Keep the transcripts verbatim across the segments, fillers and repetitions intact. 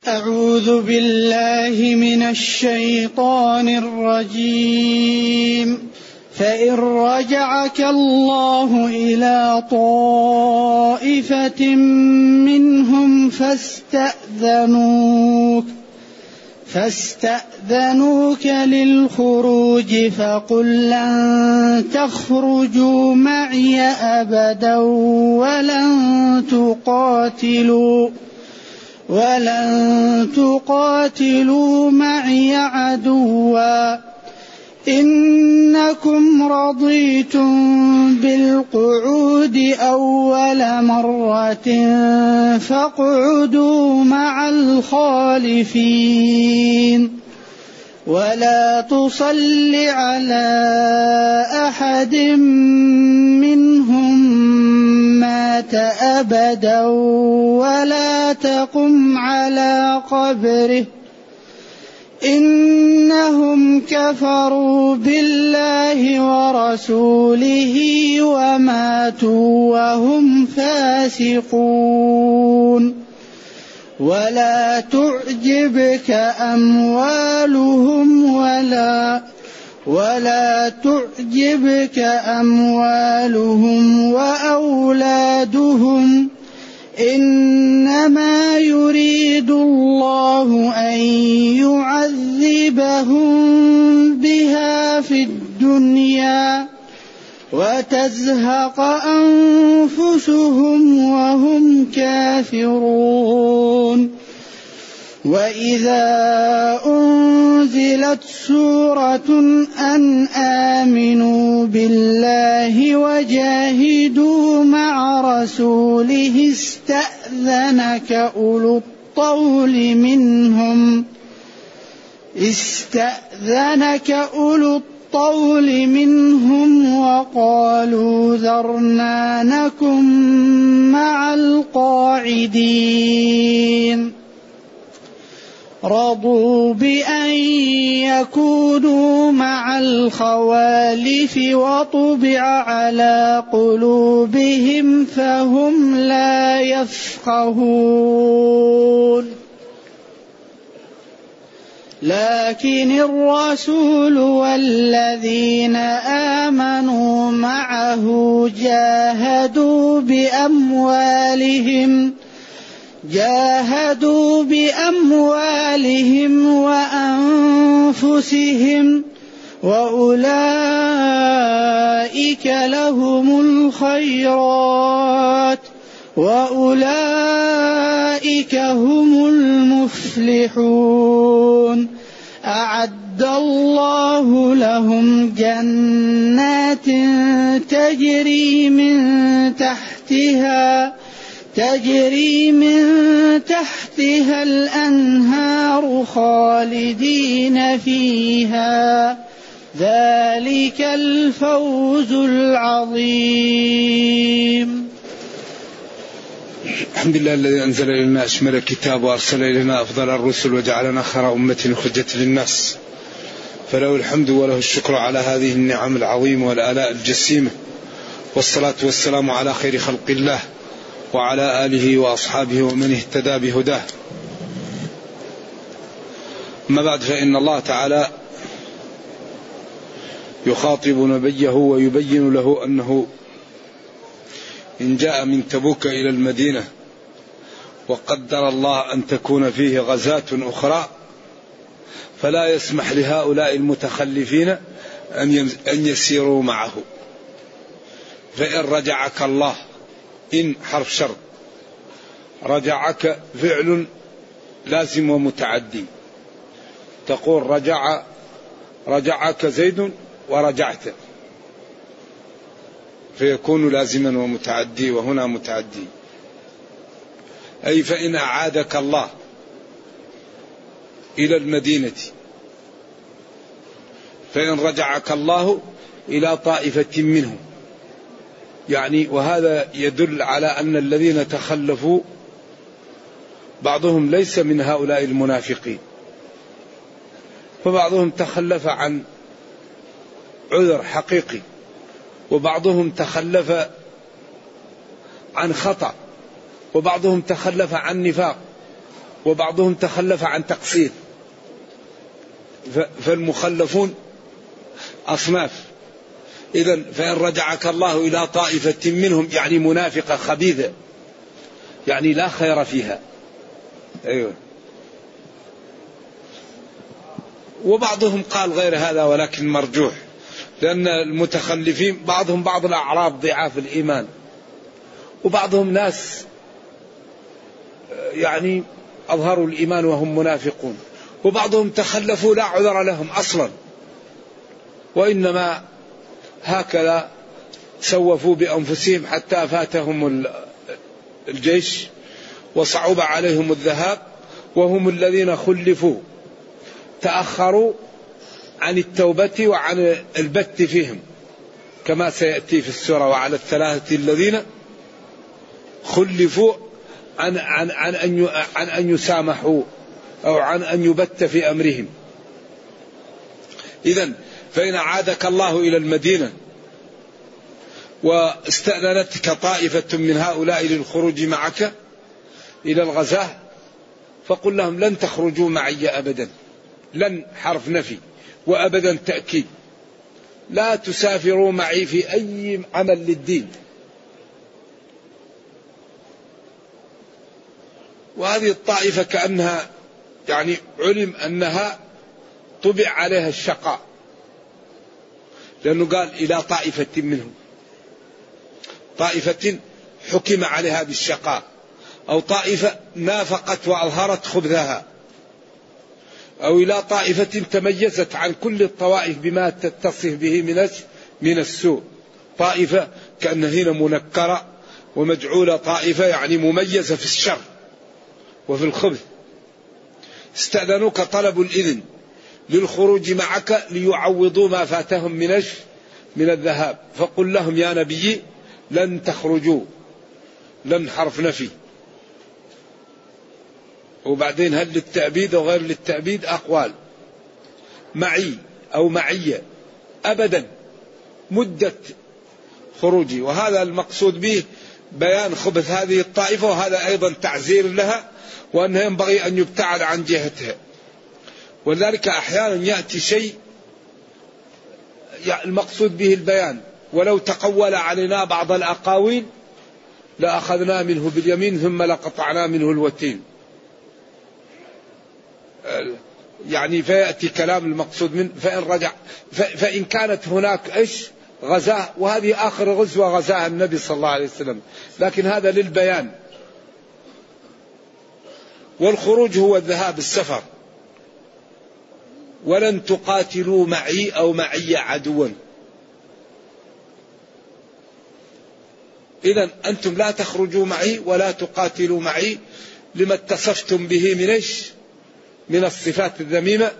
أعوذ بالله من الشيطان الرجيم. فإن رجعك الله إلى طائفة منهم فاستأذنوك فاستأذنوك للخروج فقل لن تخرجوا معي أبدا ولن تقاتلوا ولن تقاتلوا معي عدوا إنكم رضيتم بالقعود أول مرة فاقعدوا مع الخالفين ولا تصل على أحد منهم مات أبدا ولا تقم على قبره إنهم كفروا بالله ورسوله وماتوا وهم فاسقون ولا تعجبك أموالهم ولا ولا تعجبك أموالهم وأولادهم إنما يريد الله أن يعذبهم بها في الدنيا وتزهق أنفسهم وهم كافرون وإذا أنزلت سورة أن آمنوا بالله وجاهدوا مع رسوله استأذنك أولو الطول منهم استأذنك أولو الطول منهم وقالوا ذرنا نكن مع القاعدين رضوا بأن يكونوا مع الخوالف وطبع على قلوبهم فهم لا يفقهون لكن الرسول والذين آمنوا معه جاهدوا بأموالهم جاهدوا بأموالهم وأنفسهم وأولئك لهم الخيرات وأولئك هم المفلحون أعد الله لهم جنات تجري من تحتها تجري من تحتها الأنهار خالدين فيها ذلك الفوز العظيم. الحمد لله الذي أنزل إلينا أشمل الكتاب وأرسل إلينا أفضل الرسل وجعلنا خير أمة أخرجت للناس فله الحمد وله الشكر على هذه النعم العظيمة والآلاء الجسيمة والصلاة والسلام على خير خلق الله وعلى آله وأصحابه ومن اهتدى بهداه. أما بعد فإن الله تعالى يخاطب نبيه ويبين له أنه إن جاء من تبوك إلى المدينة وقدر الله أن تكون فيه غزاة أخرى فلا يسمح لهؤلاء المتخلفين أن يسيروا معه. فإن رجعك الله، إن حرف شرط، رجعك فعل لازم ومتعدي، تقول رجع رجعك زيد ورجعت، فيكون لازما ومتعدي، وهنا متعدي. أي فإن أعادك الله إلى المدينة، فإن رجعك الله إلى طائفة منهم، يعني وهذا يدل على أن الذين تخلفوا بعضهم ليس من هؤلاء المنافقين، فبعضهم تخلف عن عذر حقيقي، وبعضهم تخلف عن خطأ، وبعضهم تخلف عن نفاق، وبعضهم تخلف عن تقصير. فالمخلفون أصناف. إذن فإن رجعك الله إلى طائفة منهم يعني منافقة خبيثة يعني لا خير فيها. أيوة. وبعضهم قال غير هذا ولكن مرجوح، لأن المتخلفين بعضهم بعض الأعراض ضعاف الإيمان، وبعضهم ناس يعني أظهروا الإيمان وهم منافقون، وبعضهم تخلفوا لا عذر لهم أصلا، وإنما هكذا سوفوا بأنفسهم حتى فاتهم الجيش وصعب عليهم الذهاب، وهم الذين خلفوا تأخروا عن التوبة وعن البت فيهم كما سيأتي في السورة. وعلى الثلاثة الذين خلفوا عن عن عن أن عن أن يسامحوا أو عن أن يبت في أمرهم. إذن فإن عادك الله إلى المدينة واستأذنتك طائفة من هؤلاء للخروج معك إلى الغزاة فقل لهم لن تخرجوا معي أبدا. لن حرف نفي وأبدا تأكيد، لا تسافروا معي في أي عمل للدين. وهذه الطائفة كأنها يعني علم أنها طبع عليها الشقاء، لأنه قال إلى طائفة منهم، طائفة حكم عليها بالشقاء، أو طائفة نافقت وأظهرت خبثها، أو إلى طائفة تميزت عن كل الطوائف بما تتصف به من من السوء. طائفة كأن هنا منكرة ومجعولة، طائفة يعني مميزة في الشر وفي الخبث. استأذنوك طلب الإذن للخروج معك ليعوضوا ما فاتهم من من الذهاب، فقل لهم يا نبي لن تخرجوا. لن حرف نفي، وبعدين هل للتأبيد وغير للتأبيد أقوال. معي أو معية أبدا مدة خروجي، وهذا المقصود به بيان خبث هذه الطائفة، وهذا أيضا تعزير لها وأنها ينبغي أن يبتعد عن جهتها. ولذلك أحيانا يأتي شيء المقصود به البيان، ولو تقول علينا بعض الأقاويل لأخذنا منه باليمين ثم لقطعنا منه الوتين. يعني فيأتي كلام المقصود من فإن رجع فإن كانت هناك إيش غزاة، وهذه آخر غزوة غزاها النبي صلى الله عليه وسلم، لكن هذا للبيان. والخروج هو الذهاب السفر. ولن تقاتلوا معي أو معي عدوا. إذن أنتم لا تخرجوا معي ولا تقاتلوا معي لما اتصفتم به من إيش؟ من الصفات الذميمة،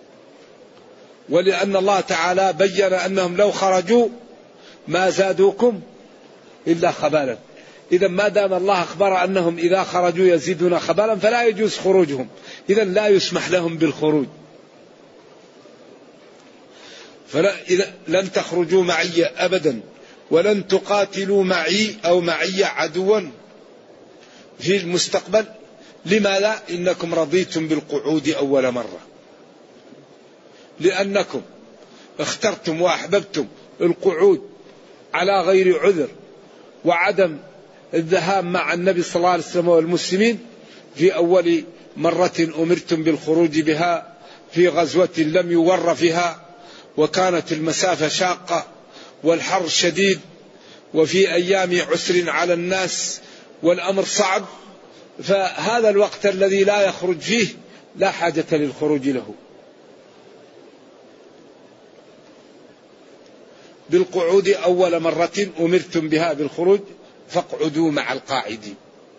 ولأن الله تعالى بين أنهم لو خرجوا ما زادوكم إلا خبالا. إذا ما دام الله أخبر أنهم إذا خرجوا يزيدون خبالا فلا يجوز خروجهم، إذا لا يسمح لهم بالخروج. فلا إذا لن تخرجوا معي أبدا ولن تقاتلوا معي أو معي عدوا في المستقبل. لما لا؟ إنكم رضيتم بالقعود أول مرة، لأنكم اخترتم وأحببتم القعود على غير عذر وعدم الذهاب مع النبي صلى الله عليه وسلم والمسلمين في أول مرة أمرتم بالخروج بها في غزوة لم يور فيها، وكانت المسافة شاقة والحر شديد وفي أيام عسر على الناس والأمر صعب. فهذا الوقت الذي لا يخرج فيه لا حاجة للخروج له. بالقعود أول مرة أمرتم بها بالخروج فاقعدوا مع القاعدين.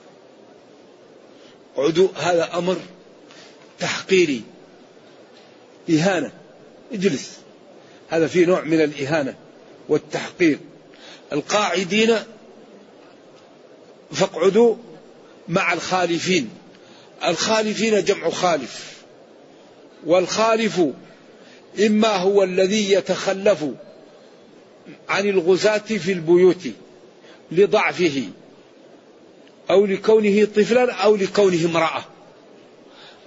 قعدوا هذا أمر تحقيري، إهانة، اجلس، هذا فيه نوع من الإهانة والتحقير. القاعدين فاقعدوا مع الخالفين. الخالفين جمع خالف، والخالف إما هو الذي يتخلف عن الغزاة في البيوت لضعفه أو لكونه طفلا أو لكونه امرأة،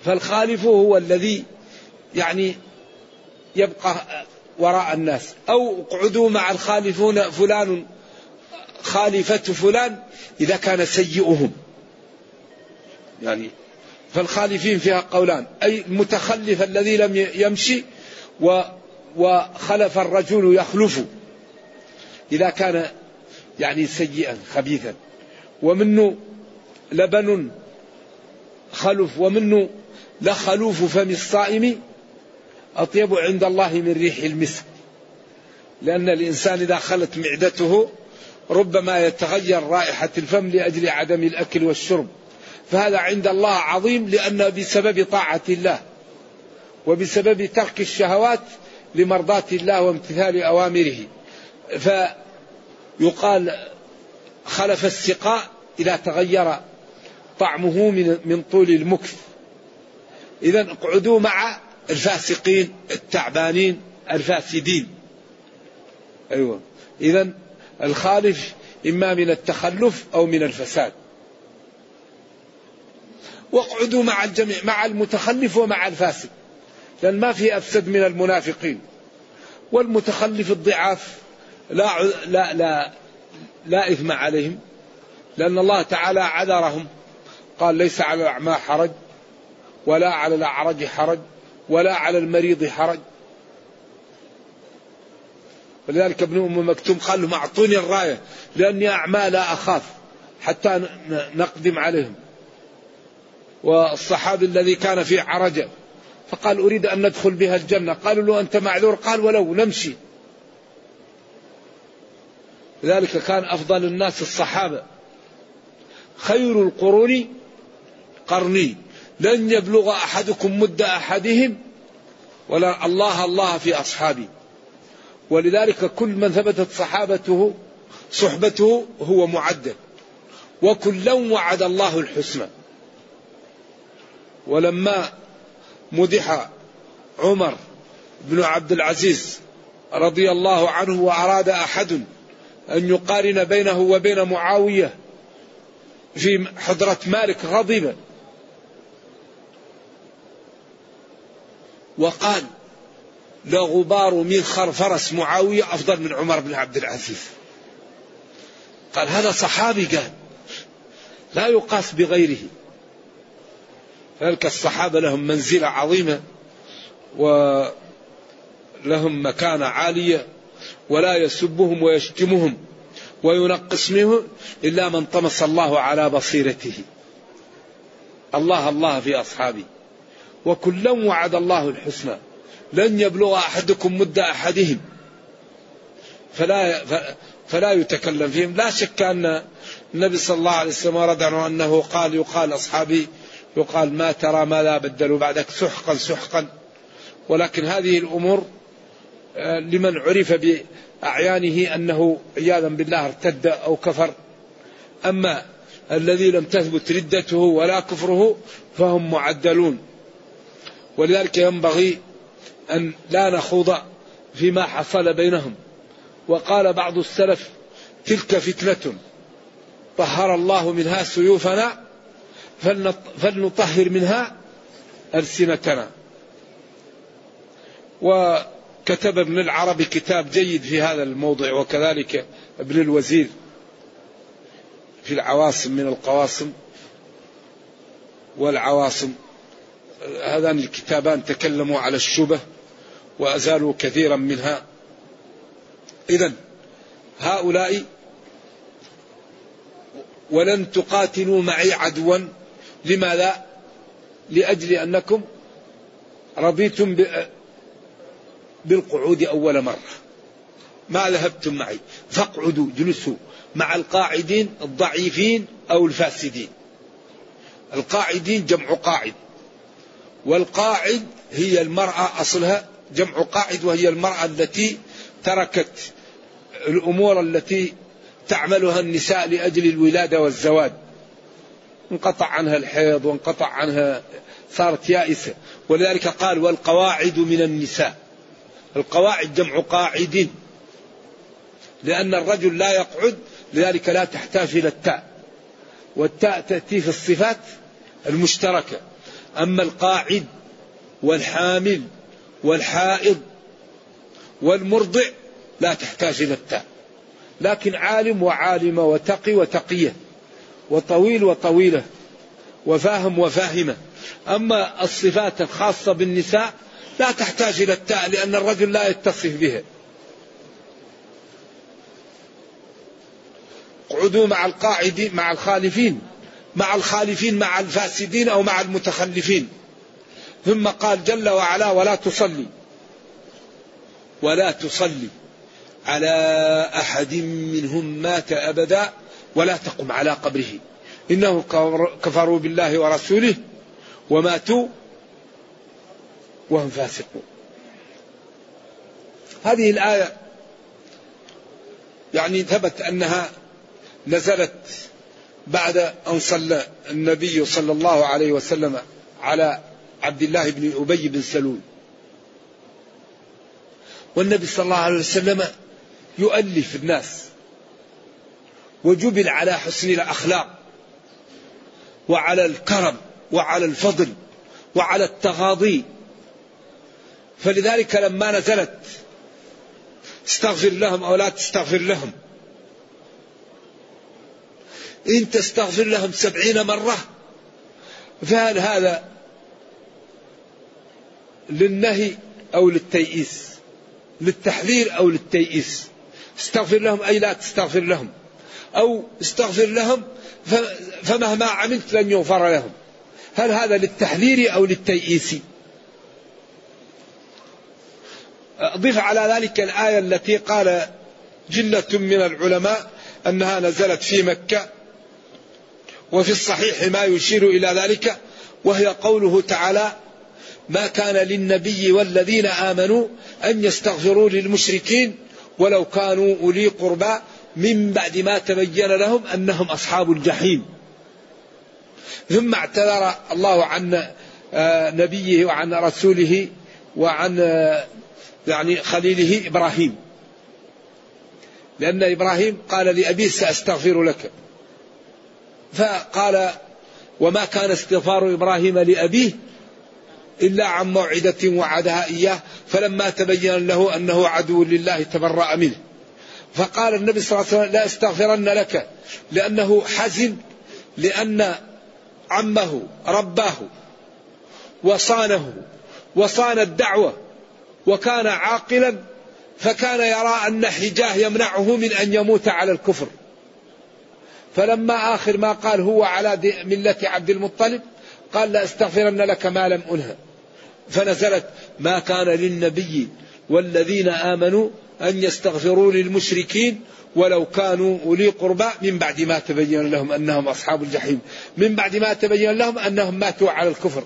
فالخالف هو الذي يعني يبقى وراء الناس. أو اقعدوا مع الخالفون فلان خالفة فلان إذا كان سيئهم، يعني فالخالفين فيها قولان، أي المتخلف الذي لم يمشي وخلف الرجل يخلف إذا كان يعني سيئا خبيثا. ومنه لبن خلف، ومنه لخلوف فم الصائم أطيب عند الله من ريح المسك، لأن الإنسان إذا خلت معدته ربما يتغير رائحة الفم لأجل عدم الأكل والشرب، فهذا عند الله عظيم، لأنه بسبب طاعة الله وبسبب ترك الشهوات لمرضاة الله وامتثال أوامره. فيقال خلف السقاء إذا تغير طعمه من طول المكث. إذن اقعدوا مع الفاسقين التعبانين الفاسدين. أيوة. إذن الخالف إما من التخلف أو من الفساد. واقعدوا مع الجميع، مع المتخلف ومع الفاسد، لأن ما في أفسد من المنافقين. والمتخلف الضعاف لا لا لا لا إثم عليهم، لأن الله تعالى عذرهم، قال ليس على الأعمى حرج ولا على الأعرج حرج ولا على المريض حرج. ولذلك ابن أم مكتوم قال لهم أعطوني الراية لأني أعمى لا أخاف حتى نقدم عليهم. والصحابي الذي كان في عرجة فقال أريد أن ندخل بها الجنة، قالوا له أنت معذور، قال ولو نمشي. لذلك كان أفضل الناس الصحابة. خير القرون قرني لن يبلغ أحدكم مد أحدهم ولا الله الله في أصحابي. ولذلك كل من ثبتت صحابته صحبته هو معدل، وكلا وعد الله الحسنى. ولما مدح عمر بن عبد العزيز رضي الله عنه وأراد أحد أن يقارن بينه وبين معاوية في حضرة مالك غضب وقال لغبار من خرفرس معاوية أفضل من عمر بن عبد العزيز. قال هذا صحابي، قال لا يقاس بغيره. فذلك الصحابة لهم منزلة عظيمة ولهم مكانة عالية، ولا يسبهم ويشتمهم وينقص منهم إلا من طمس الله على بصيرته. الله الله في أصحابه. وكلا وعد الله الحسنى لن يبلغ أحدكم مد أحدهم، فلا فلا يتكلم فيهم. لا شك أن النبي صلى الله عليه وسلم ورد عنه أنه قال يقال أصحابي يقال ما ترى ما لا بدلوا بعدك سحقا سحقا. ولكن هذه الأمور لمن عرف بأعيانه أنه عياذا بالله ارتد أو كفر. أما الذي لم تثبت ردته ولا كفره فهم معدلون. ولذلك ينبغي أن لا نخوض فيما حصل بينهم. وقال بعض السلف تلك فتنة طهر الله منها سيوفنا فلنطهر منها ألسنتنا. وكتب ابن العربي كتاب جيد في هذا الموضوع، وكذلك ابن الوزير في العواصم من القواصم والعواصم. هذان الكتابان تكلموا على الشبه وأزالوا كثيرا منها. إذن هؤلاء ولن تقاتلوا معي عدوا. لماذا؟ لأجل أنكم رضيتم بالقعود أول مرة، ما ذهبتم معي، فاقعدوا جلسوا مع القاعدين الضعيفين أو الفاسدين. القاعدين جمع قاعد، والقاعد هي المرأة أصلها جمع قاعد، وهي المرأة التي تركت الأمور التي تعملها النساء لأجل الولادة والزواج، انقطع عنها الحيض وانقطع عنها، صارت يائسة. ولذلك قال والقواعد من النساء. القواعد جمع قاعدين، لأن الرجل لا يقعد، لذلك لا تحتاج إلى التاء، والتاء تأتي في الصفات المشتركة. أما القاعد والحامل والحائض والمرضع لا تحتاج إلى التاء، لكن عالم وعالمة وتقي وتقية وطويل وطويلة وفاهم وفاهمة. أما الصفات الخاصة بالنساء لا تحتاج إلى التاء، لأن الرجل لا يتصف بها. اقعدوا مع القاعدين مع الخالفين مع الخالفين مع الفاسدين أو مع المتخلفين. ثم قال جل وعلا ولا تصلي ولا تصلي على أحد منهم مات أبدا ولا تقم على قبره إنه كفروا بالله ورسوله وماتوا وهم فاسقون. هذه الآية يعني ثبت أنها نزلت بعد أن صلى النبي صلى الله عليه وسلم على عبد الله بن أبي بن سلول، والنبي صلى الله عليه وسلم يؤلف الناس وجبل على حسن الأخلاق وعلى الكرم وعلى الفضل وعلى التغاضي. فلذلك لما نزلت استغفر لهم أو لا تستغفر لهم، إن تستغفر لهم سبعين مرة فهل هذا للنهي أو للتيئيس، للتحذير أو للتيئيس؟ استغفر لهم أي لا تستغفر لهم، أو استغفر لهم فمهما عملت لن يغفر لهم. هل هذا للتحذير أو للتيئيس؟ أضيف على ذلك الآية التي قال جلة من العلماء أنها نزلت في مكة، وفي الصحيح ما يشير إلى ذلك، وهي قوله تعالى ما كان للنبي والذين آمنوا أن يستغفروا للمشركين ولو كانوا أولي قربى من بعد ما تبين لهم أنهم أصحاب الجحيم. ثم اعتذر الله عن نبيه وعن رسوله وعن يعني خليله إبراهيم، لأن إبراهيم قال لأبيه سأستغفر لك، فقال وما كان استغفار إبراهيم لأبيه إلا عن موعدة وعدها إياه فلما تبين له أنه عدو لله تبرأ منه. فقال النبي صلى الله عليه وسلم لا استغفرن لك، لأنه حزن لأن عمه رباه وصانه وصان الدعوة وكان عاقلا، فكان يرى أن حجاه يمنعه من أن يموت على الكفر. فلما آخر ما قال هو على ملة عبد المطلب قال لا استغفرن لك ما لم أنهى، فنزلت ما كان للنبي والذين آمنوا أن يستغفروا للمشركين ولو كانوا أولي قربى من بعد ما تبين لهم أنهم أصحاب الجحيم، من بعد ما تبين لهم أنهم ماتوا على الكفر.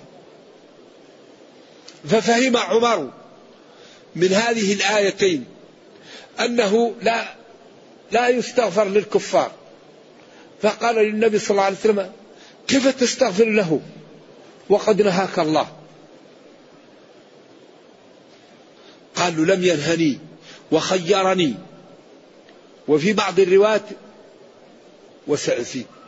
ففهم عمر من هذه الآيتين أنه لا لا يستغفر للكفار، فقال للنبي صلى الله عليه وسلم كيف تستغفر له وقد نهاك الله؟ قال له لم ينهني وخيرني، وفي بعض الروايات وسأزيد.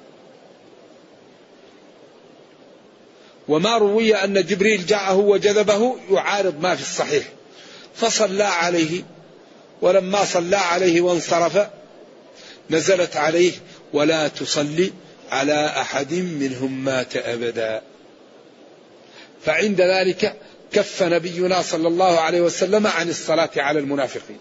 وما روي أن جبريل جاءه وجذبه يعارض ما في الصحيح، فصلى عليه، ولما صلى عليه وانصرف نزلت عليه ولا تصلي على أحد منهم مات أبدا. فعند ذلك كف نبينا صلى الله عليه وسلم عن الصلاة على المنافقين.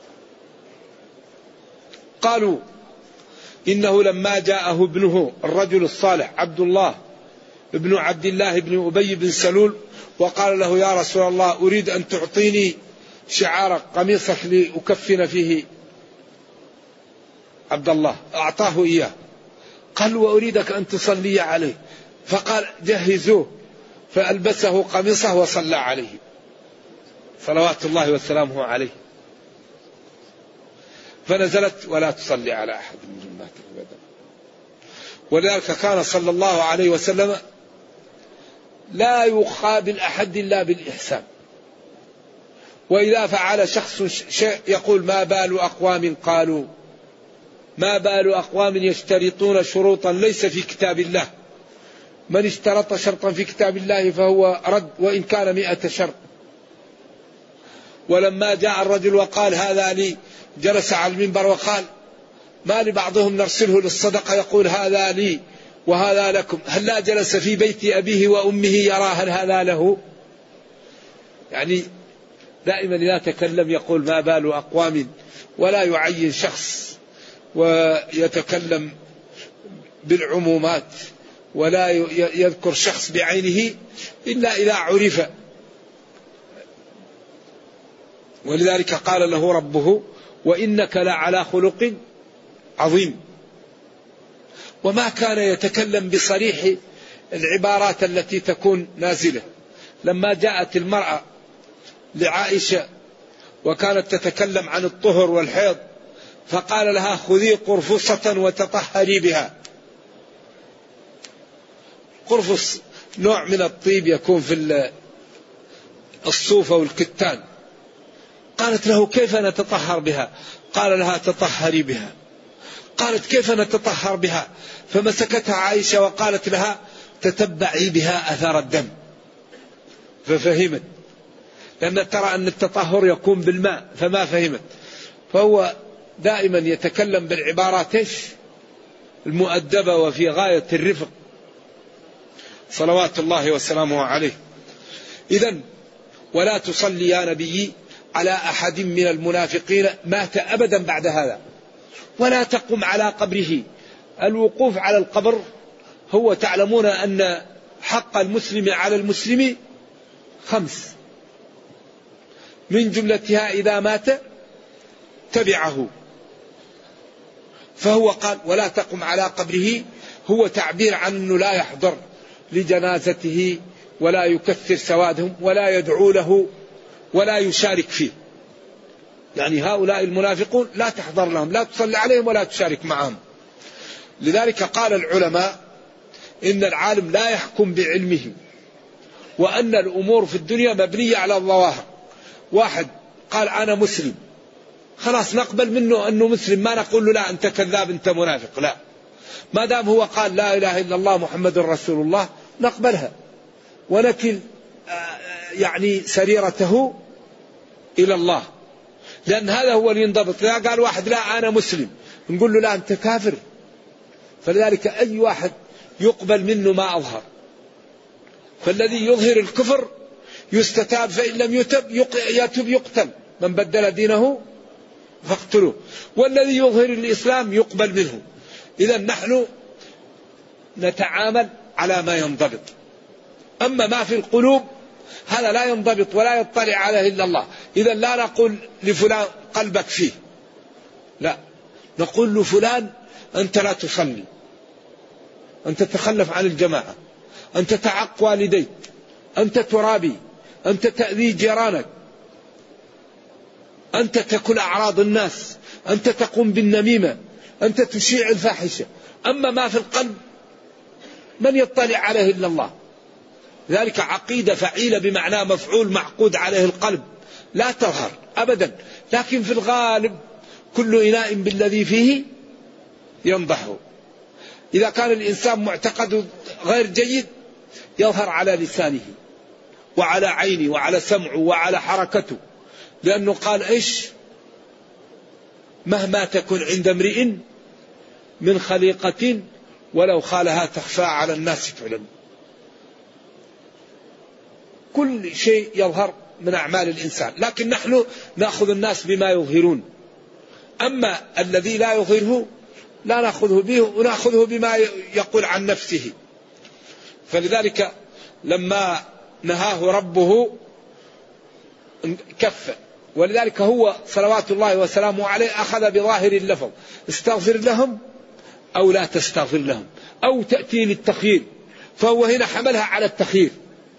قالوا إنه لما جاءه ابنه الرجل الصالح عبد الله ابن عبد الله بن أبي بن سلول وقال له يا رسول الله أريد أن تعطيني شعار قميصك لأكفن فيه عبد الله، أعطاه إياه. قال وأريدك أن تصلي عليه، فقال جهزوه، فألبسه قميصه وصلى عليه صلوات الله وسلامه عليه. فنزلت ولا تصلي على أحد منهم مات أبدا. ولذلك كان صلى الله عليه وسلم لا يقابل أحد إلا بالإحسان، وإذا فعل شخص شيء يقول ما بال أقوام قالوا ما بال أقوام يشترطون شروطا ليس في كتاب الله من اشترط شرطا في كتاب الله فهو رد وإن كان مئة شرط. ولما جاء الرجل وقال هذا لي جلس على المنبر وقال ما لبعضهم نرسله للصدقة يقول هذا لي وهذا لكم، هل لا جلس في بيت أبيه وأمه يرى هل هذا له؟ يعني دائما إذا تكلم يقول ما بال أقوام، ولا يعين شخص ويتكلم بالعمومات ولا يذكر شخص بعينه إلا إذا عرف. ولذلك قال له ربه وإنك لعلى خلق عظيم. وما كان يتكلم بصريح العبارات التي تكون نازلة. لما جاءت المرأة لعائشة وكانت تتكلم عن الطهر والحيض فقال لها خذي قرفصة وتطهري بها. قرفص نوع من الطيب يكون في الصوف والكتان. قالت له كيف نتطهر بها؟ قال لها تطهري بها. قالت كيف نتطهر بها؟ فمسكتها عائشة وقالت لها تتبعي بها أثر الدم. ففهمت، لأن ترى أن التطهر يكون بالماء فما فهمت. فهو دائما يتكلم بالعبارات المؤدبة وفي غاية الرفق صلوات الله وسلامه عليه. إذن ولا تصلي يا نبي على أحد من المنافقين مات أبدا بعد هذا، ولا تقم على قبره. الوقوف على القبر هو تعلمون أن حق المسلم على المسلم خمس، من جملتها إذا مات تبعه. فهو قال ولا تقم على قبره، هو تعبير عن أنه لا يحضر لجنازته ولا يكثر سوادهم ولا يدعو له ولا يشارك فيه. يعني هؤلاء المنافقون لا تحضر لهم، لا تصلي عليهم ولا تشارك معهم. لذلك قال العلماء إن العالم لا يحكم بعلمه، وأن الأمور في الدنيا مبنية على الظواهر. واحد قال أنا مسلم، خلاص نقبل منه أنه مسلم، ما نقول له لا أنت كذاب أنت منافق، لا. ما دام هو قال لا إله إلا الله محمد رسول الله نقبلها ونكل يعني سريرته إلى الله، لأن هذا هو اللي ينضبط. إذا قال واحد لا أنا مسلم نقول له لا أنت كافر. فلذلك أي واحد يقبل منه ما أظهر. فالذي يظهر الكفر يستتاب، فإن لم يتب يتب يقتل، من بدل دينه فاقتلوه. والذي يظهر الإسلام يقبل منه. إذا نحن نتعامل على ما ينضبط. أما ما في القلوب هذا لا ينضبط ولا يطلع عليه إلا الله. إذا لا نقول لفلان قلبك فيه، لا، نقول لفلان أنت لا تصلي، أنت تتخلف عن الجماعة، أنت تعق والديك، أنت ترابي، أنت تأذي جيرانك، أنت تأكل أعراض الناس، أنت تقوم بالنميمة، أنت تشيع الفاحشة. أما ما في القلب من يطلع عليه إلا الله. ذلك عقيدة فعيلة بمعنى مفعول معقود عليه القلب، لا تظهر أبدا، لكن في الغالب كل إناء بالذي فيه ينضحه. إذا كان الإنسان معتقد غير جيد يظهر على لسانه وعلى عينه وعلى سمعه وعلى حركته، لأنه قال إيش؟ مهما تكن عند امرئ من خليقة ولو خالها تخفى على الناس تعلم. كل شيء يظهر من أعمال الإنسان، لكن نحن نأخذ الناس بما يظهرون. أما الذي لا يظهره لا نأخذه به، ونأخذه بما يقول عن نفسه. فلذلك لما نهاه ربه كف. ولذلك هو صلوات الله وسلامه عليه أخذ بظاهر اللفظ، استغفر لهم أو لا تستغفر لهم أو تأتي للتخيير. فهو هنا حملها على التخيير،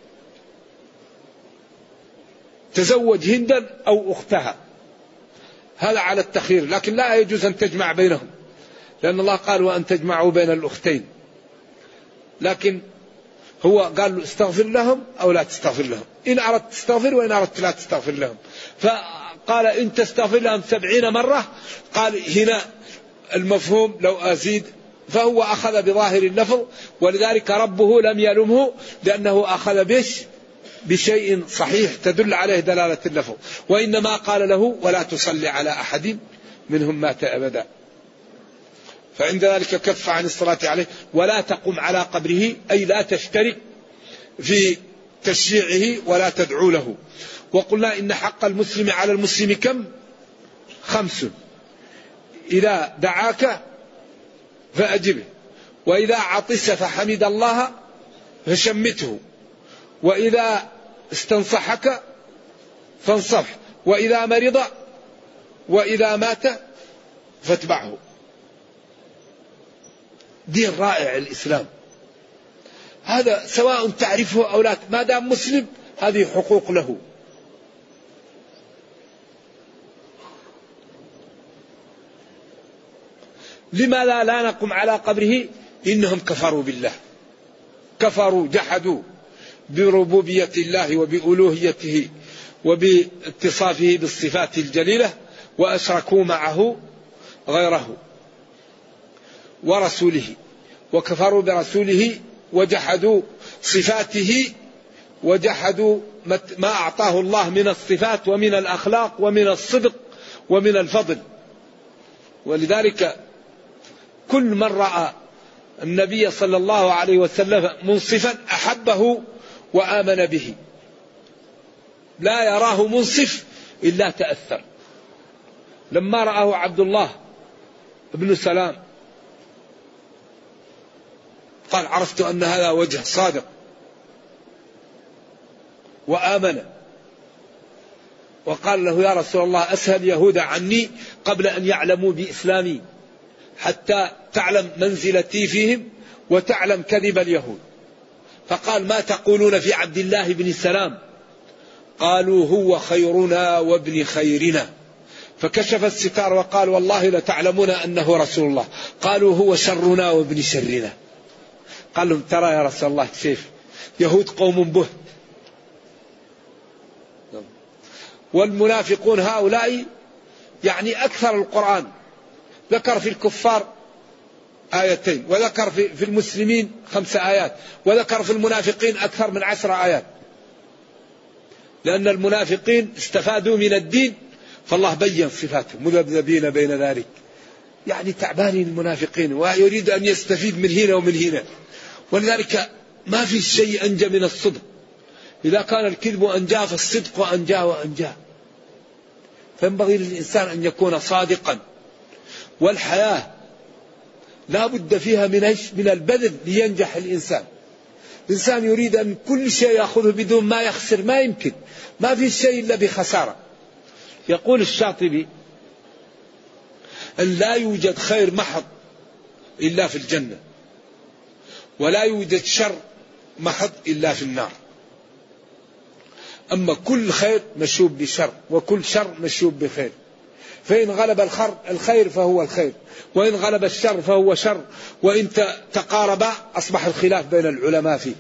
تزوج هندا أو أختها، هذا على التخيير، لكن لا يجوز أن تجمع بينهم، لأن الله قال وأن تجمعوا بين الأختين. لكن هو قال له استغفر لهم أو لا تستغفر لهم، إن أردت تستغفر وإن أردت لا تستغفر لهم. فقال إن تستغفر لهم سبعين مرة، قال هنا المفهوم لو أزيد فهو أخذ بظاهر اللفظ، ولذلك ربه لم يلمه لأنه أخذ بش بشيء صحيح تدل عليه دلالة اللفظ، وإنما قال له ولا تصلي على أحد منهم مات أبدا. فعند ذلك كف عن الصلاة عليه. ولا تقم على قبره، أي لا تشترك في تشييعه ولا تدعو له. وقلنا إن حق المسلم على المسلم كم؟ خمس: إذا دعاك فأجبه، وإذا عطس فحمد الله فشمته، وإذا استنصحك فانصح، وإذا مرض وإذا مات فاتبعه. دين رائع الإسلام هذا، سواء تعرفه أو لا، ما دام مسلم هذه حقوق له. لماذا لا نقم على قبره؟ إنهم كفروا بالله، كفروا جحدوا بربوبية الله وبألوهيته وباتصافه بالصفات الجليلة، وأشركوا معه غيره ورسوله، وكفروا برسوله وجحدوا صفاته وجحدوا ما أعطاه الله من الصفات ومن الأخلاق ومن الصدق ومن الفضل. ولذلك كل من رأى النبي صلى الله عليه وسلم منصفا أحبه وآمن به، لا يراه منصف إلا تأثر. لما رآه عبد الله بن سلام قال عرفت أن هذا وجه صادق وآمن، وقال له يا رسول الله أسهل يهود عني قبل أن يعلموا بإسلامي حتى تعلم منزلتي فيهم وتعلم كذب اليهود. فقال ما تقولون في عبد الله بن سلام؟ قالوا هو خيرنا وابن خيرنا. فكشف الستار وقال والله لتعلمون أنه رسول الله. قالوا هو شرنا وابن شرنا. قال لهم ترى يا رسول الله كيف يهود قوم به. والمنافقون هؤلاء يعني أكثر القرآن ذكر في الكفار آيتين، وذكر في المسلمين خمس آيات، وذكر في المنافقين أكثر من عشر آيات، لأن المنافقين استفادوا من الدين فالله بين صفاتهم مذبذبين بين ذلك، يعني تعبانين المنافقين ويريد أن يستفيد من هنا ومن هنا. ولذلك ما في شيء أنجى من الصدق، إذا كان الكذب أنجى فالصدق أنجى وأنجى. فينبغي للإنسان أن يكون صادقا، والحياة لا بد فيها من من البذل لينجح الإنسان. الإنسان يريد أن كل شيء يأخذه بدون ما يخسر، ما يمكن، ما في شيء إلا بخسارة. يقول الشاطبي أن لا يوجد خير محض إلا في الجنة، ولا يوجد شر محض إلا في النار. أما كل خير مشوب بشر، وكل شر مشوب بخير. فإن غلب الخير فهو الخير، وإن غلب الشر فهو شر، وإن تقاربا أصبح الخلاف بين العلماء فيه.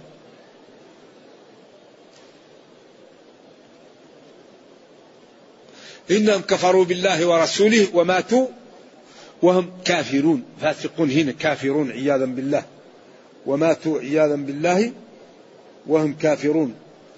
إنهم كفروا بالله ورسوله وماتوا وهم كافرون. فاسقون هنا كافرون عياذا بالله، وماتوا عياذا بالله وهم كافرون،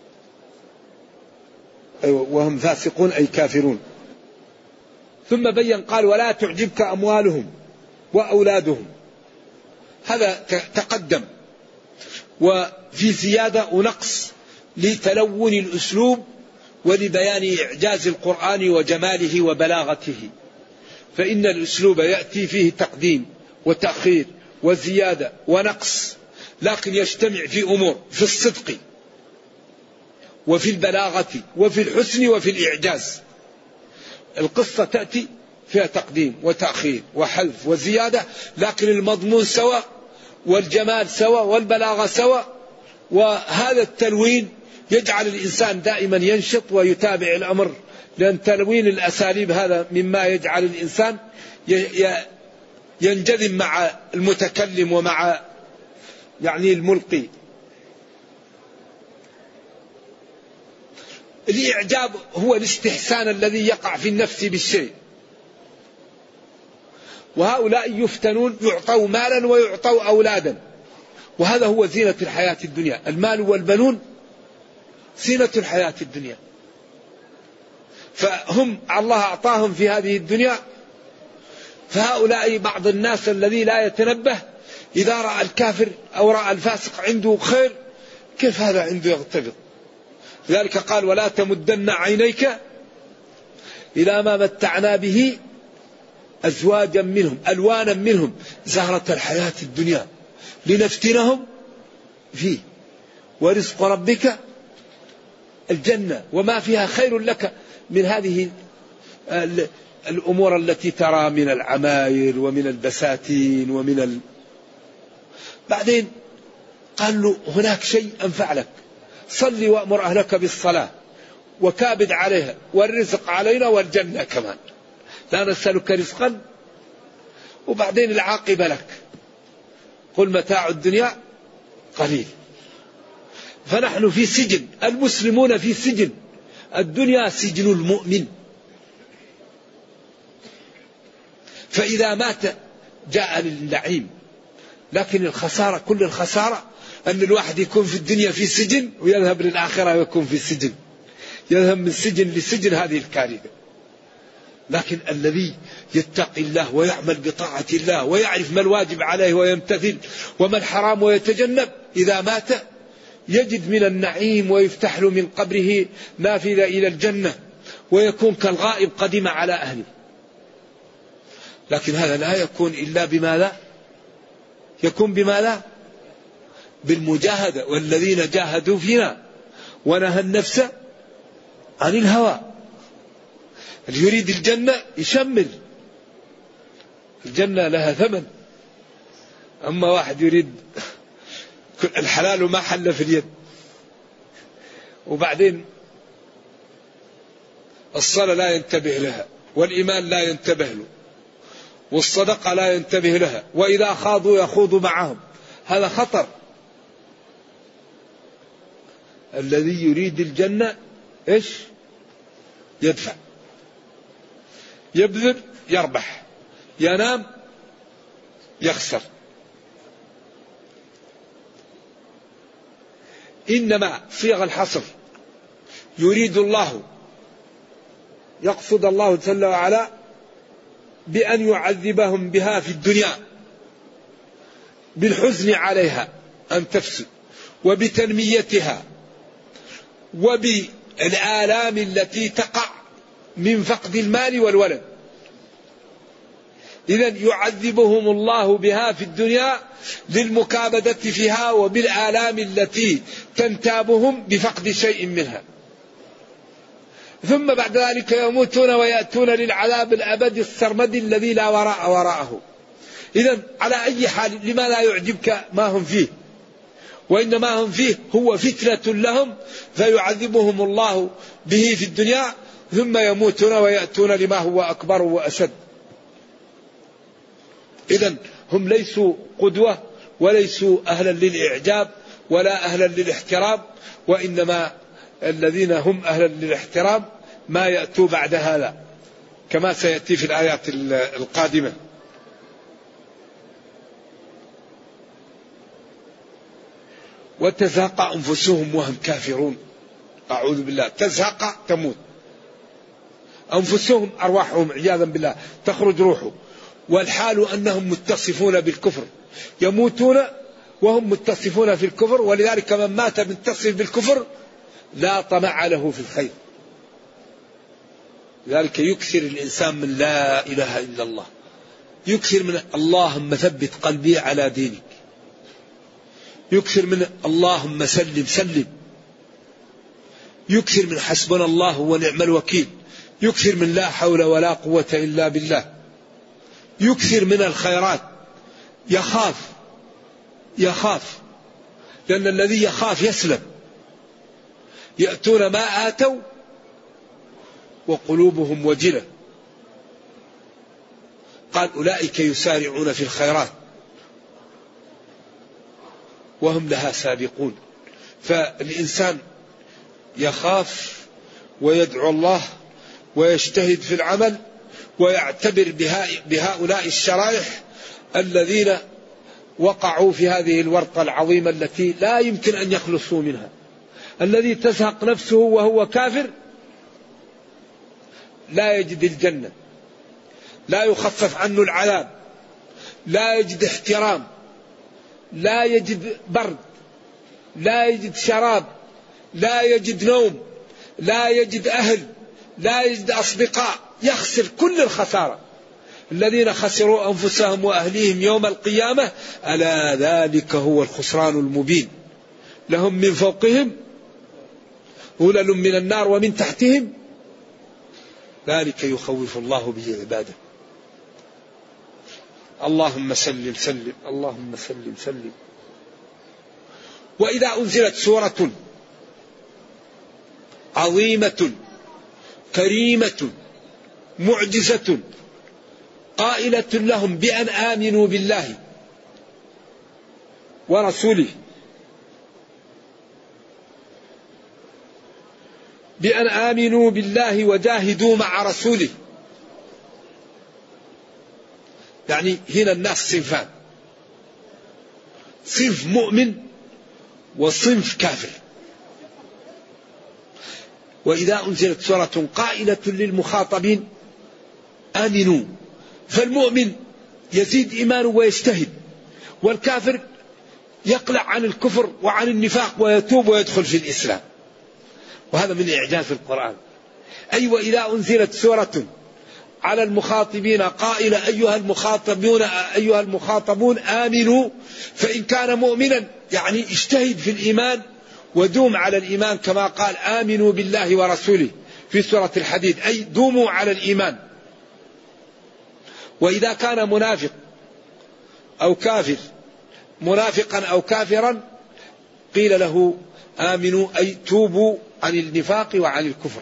وهم فاسقون أي كافرون. ثم بين قال ولا تعجبك أموالهم وأولادهم، هذا تقدم. وفي زيادة ونقص لتلون الأسلوب ولبيان إعجاز القرآن وجماله وبلاغته. فإن الأسلوب يأتي فيه تقديم وتأخير وزيادة ونقص، لكن يجتمع في أمور، في الصدق وفي البلاغة وفي الحسن وفي الإعجاز. القصة تأتي فيها تقديم وتأخير وحذف وزيادة، لكن المضمون سواء والجمال سواء والبلاغة سواء. وهذا التلوين يجعل الإنسان دائما ينشط ويتابع الأمر، لأن تلوين الأساليب هذا مما يجعل الإنسان ينجذب مع المتكلم ومع يعني الملقي. الإعجاب هو الاستحسان الذي يقع في النفس بالشيء، وهؤلاء يفتنون يعطوا مالا ويعطوا أولادا، وهذا هو زينة الحياة الدنيا. المال والبنون زينة الحياة الدنيا، فهم الله أعطاهم في هذه الدنيا. فهؤلاء بعض الناس الذي لا يتنبه إذا رأى الكافر أو رأى الفاسق عنده خير كيف هذا عنده يغتبط. لذلك قال ولا تمدن عينيك إلى ما متعنا به أزواجا منهم ألوانا منهم زهرة الحياة الدنيا لنفتنهم فيه ورزق ربك الجنة وما فيها خير لك من هذه الأمور التي ترى من العماير ومن البساتين ومن ال... بعدين قال له هناك شيء أنفع لك، صلي وأمر أهلك بالصلاة وكابد عليها والرزق علينا والجنة كمان، لا نسألك رزقا وبعدين العاقبة لك، قل متاع الدنيا قليل. فنحن في سجن، المسلمون في سجن، الدنيا سجن المؤمن. فإذا مات جاء للنعيم، لكن الخسارة كل الخسارة أن الواحد يكون في الدنيا في سجن ويذهب للآخرة ويكون في السجن، يذهب من سجن لسجن، هذه الكارثة. لكن الذي يتقي الله ويعمل بطاعة الله ويعرف ما الواجب عليه ويمتثل وما الحرام ويتجنب، إذا مات يجد من النعيم ويفتح له من قبره نافذة إلى الجنة ويكون كالغائب قدم على أهله. لكن هذا لا يكون إلا بماذا؟ يكون بماذا؟ بالمجاهدة، والذين جاهدوا فينا ونهى النفس عن الهوى. اللي يريد الجنة يشمل الجنة، لها ثمن. أما واحد يريد الحلال وما حل في اليد، وبعدين الصلاة لا ينتبه لها والإيمان لا ينتبه له والصدقة لا ينتبه لها، وإذا خاضوا يخوض معهم، هذا خطر. الذي يريد الجنة إيش؟ يدفع، يبذل يربح، ينام يخسر. إنما صيغ الحصر يريد الله، يقصد الله جل وعلا بأن يعذبهم بها في الدنيا بالحزن عليها أن تفسد، وبتنميتها، وبالآلام التي تقع من فقد المال والولد. إذن يعذبهم الله بها في الدنيا للمكابدة فيها وبالآلام التي تنتابهم بفقد شيء منها، ثم بعد ذلك يموتون ويأتون للعذاب الأبدي السرمدي الذي لا وراء وراءه. إذن على أي حال لما لا يعجبك ما هم فيه، وإنما هم فيه هو فتنة لهم فيعذبهم الله به في الدنيا ثم يموتون ويأتون لما هو أكبر وأشد. إذن هم ليسوا قدوة وليسوا أهلا للإعجاب ولا أهلا للاحترام، وإنما الذين هم أهلا للاحترام ما يأتوا بعد هذا كما سيأتي في الآيات القادمة. وتزهق أنفسهم وهم كافرون، أعوذ بالله. تزهق تموت أنفسهم، أرواحهم عياذا بالله تخرج روحه، والحال أنهم متصفون بالكفر، يموتون وهم متصفون في الكفر. ولذلك من مات متصف بالكفر لا طمع له في الخير. لذلك يكثر الإنسان من لا إله إلا الله، يكثر من اللهم ثبت قلبي على دينك، يكثر من اللهم سلم سلم، يكثر من حسبنا الله ونعم الوكيل، يكثر من لا حول ولا قوة إلا بالله، يكثر من الخيرات، يخاف يخاف لأن الذي يخاف يسلم. يأتون ما آتوا وقلوبهم وجلة، قال أولئك يسارعون في الخيرات وهم لها سابقون. فالإنسان يخاف ويدعو الله ويجتهد في العمل ويعتبر بهؤلاء الشرائح الذين وقعوا في هذه الورطة العظيمة التي لا يمكن أن يخلصوا منها. الذي تزهق نفسه وهو كافر لا يجد الجنة، لا يخفف عنه العذاب، لا يجد احترام، لا يجد برد، لا يجد شراب، لا يجد نوم، لا يجد أهل، لا يجد أصدقاء، يخسر كل الخسارة. الذين خسروا أنفسهم وأهليهم يوم القيامة ألا ذلك هو الخسران المبين. لهم من فوقهم ظلل من النار ومن تحتهم ذلك يخوف الله به عباده. اللهم سلم سلم، اللهم سلم سلم. وإذا أنزلت سورة عظيمة كريمة معجزة قائلة لهم بأن آمنوا بالله ورسوله، بأن آمنوا بالله وجاهدوا مع رسوله. يعني هنا الناس صنفان، صنف مؤمن وصنف كافر. وإذا أنزلت سورة قائلة للمخاطبين آمنوا، فالمؤمن يزيد إيمانه ويجتهد، والكافر يقلع عن الكفر وعن النفاق ويتوب ويدخل في الإسلام. وهذا من إعجاز القرآن. أي وإذا أنزلت سورة على المخاطبين قائلة أيها المخاطبون أيها المخاطبون آمنوا، فإن كان مؤمنا يعني اجتهد في الإيمان ودوم على الإيمان كما قال آمنوا بالله ورسوله في سورة الحديد، أي دوموا على الإيمان. وإذا كان منافق أو كافر، منافقا أو كافرا، قيل له آمنوا أي توبوا عن النفاق وعن الكفر.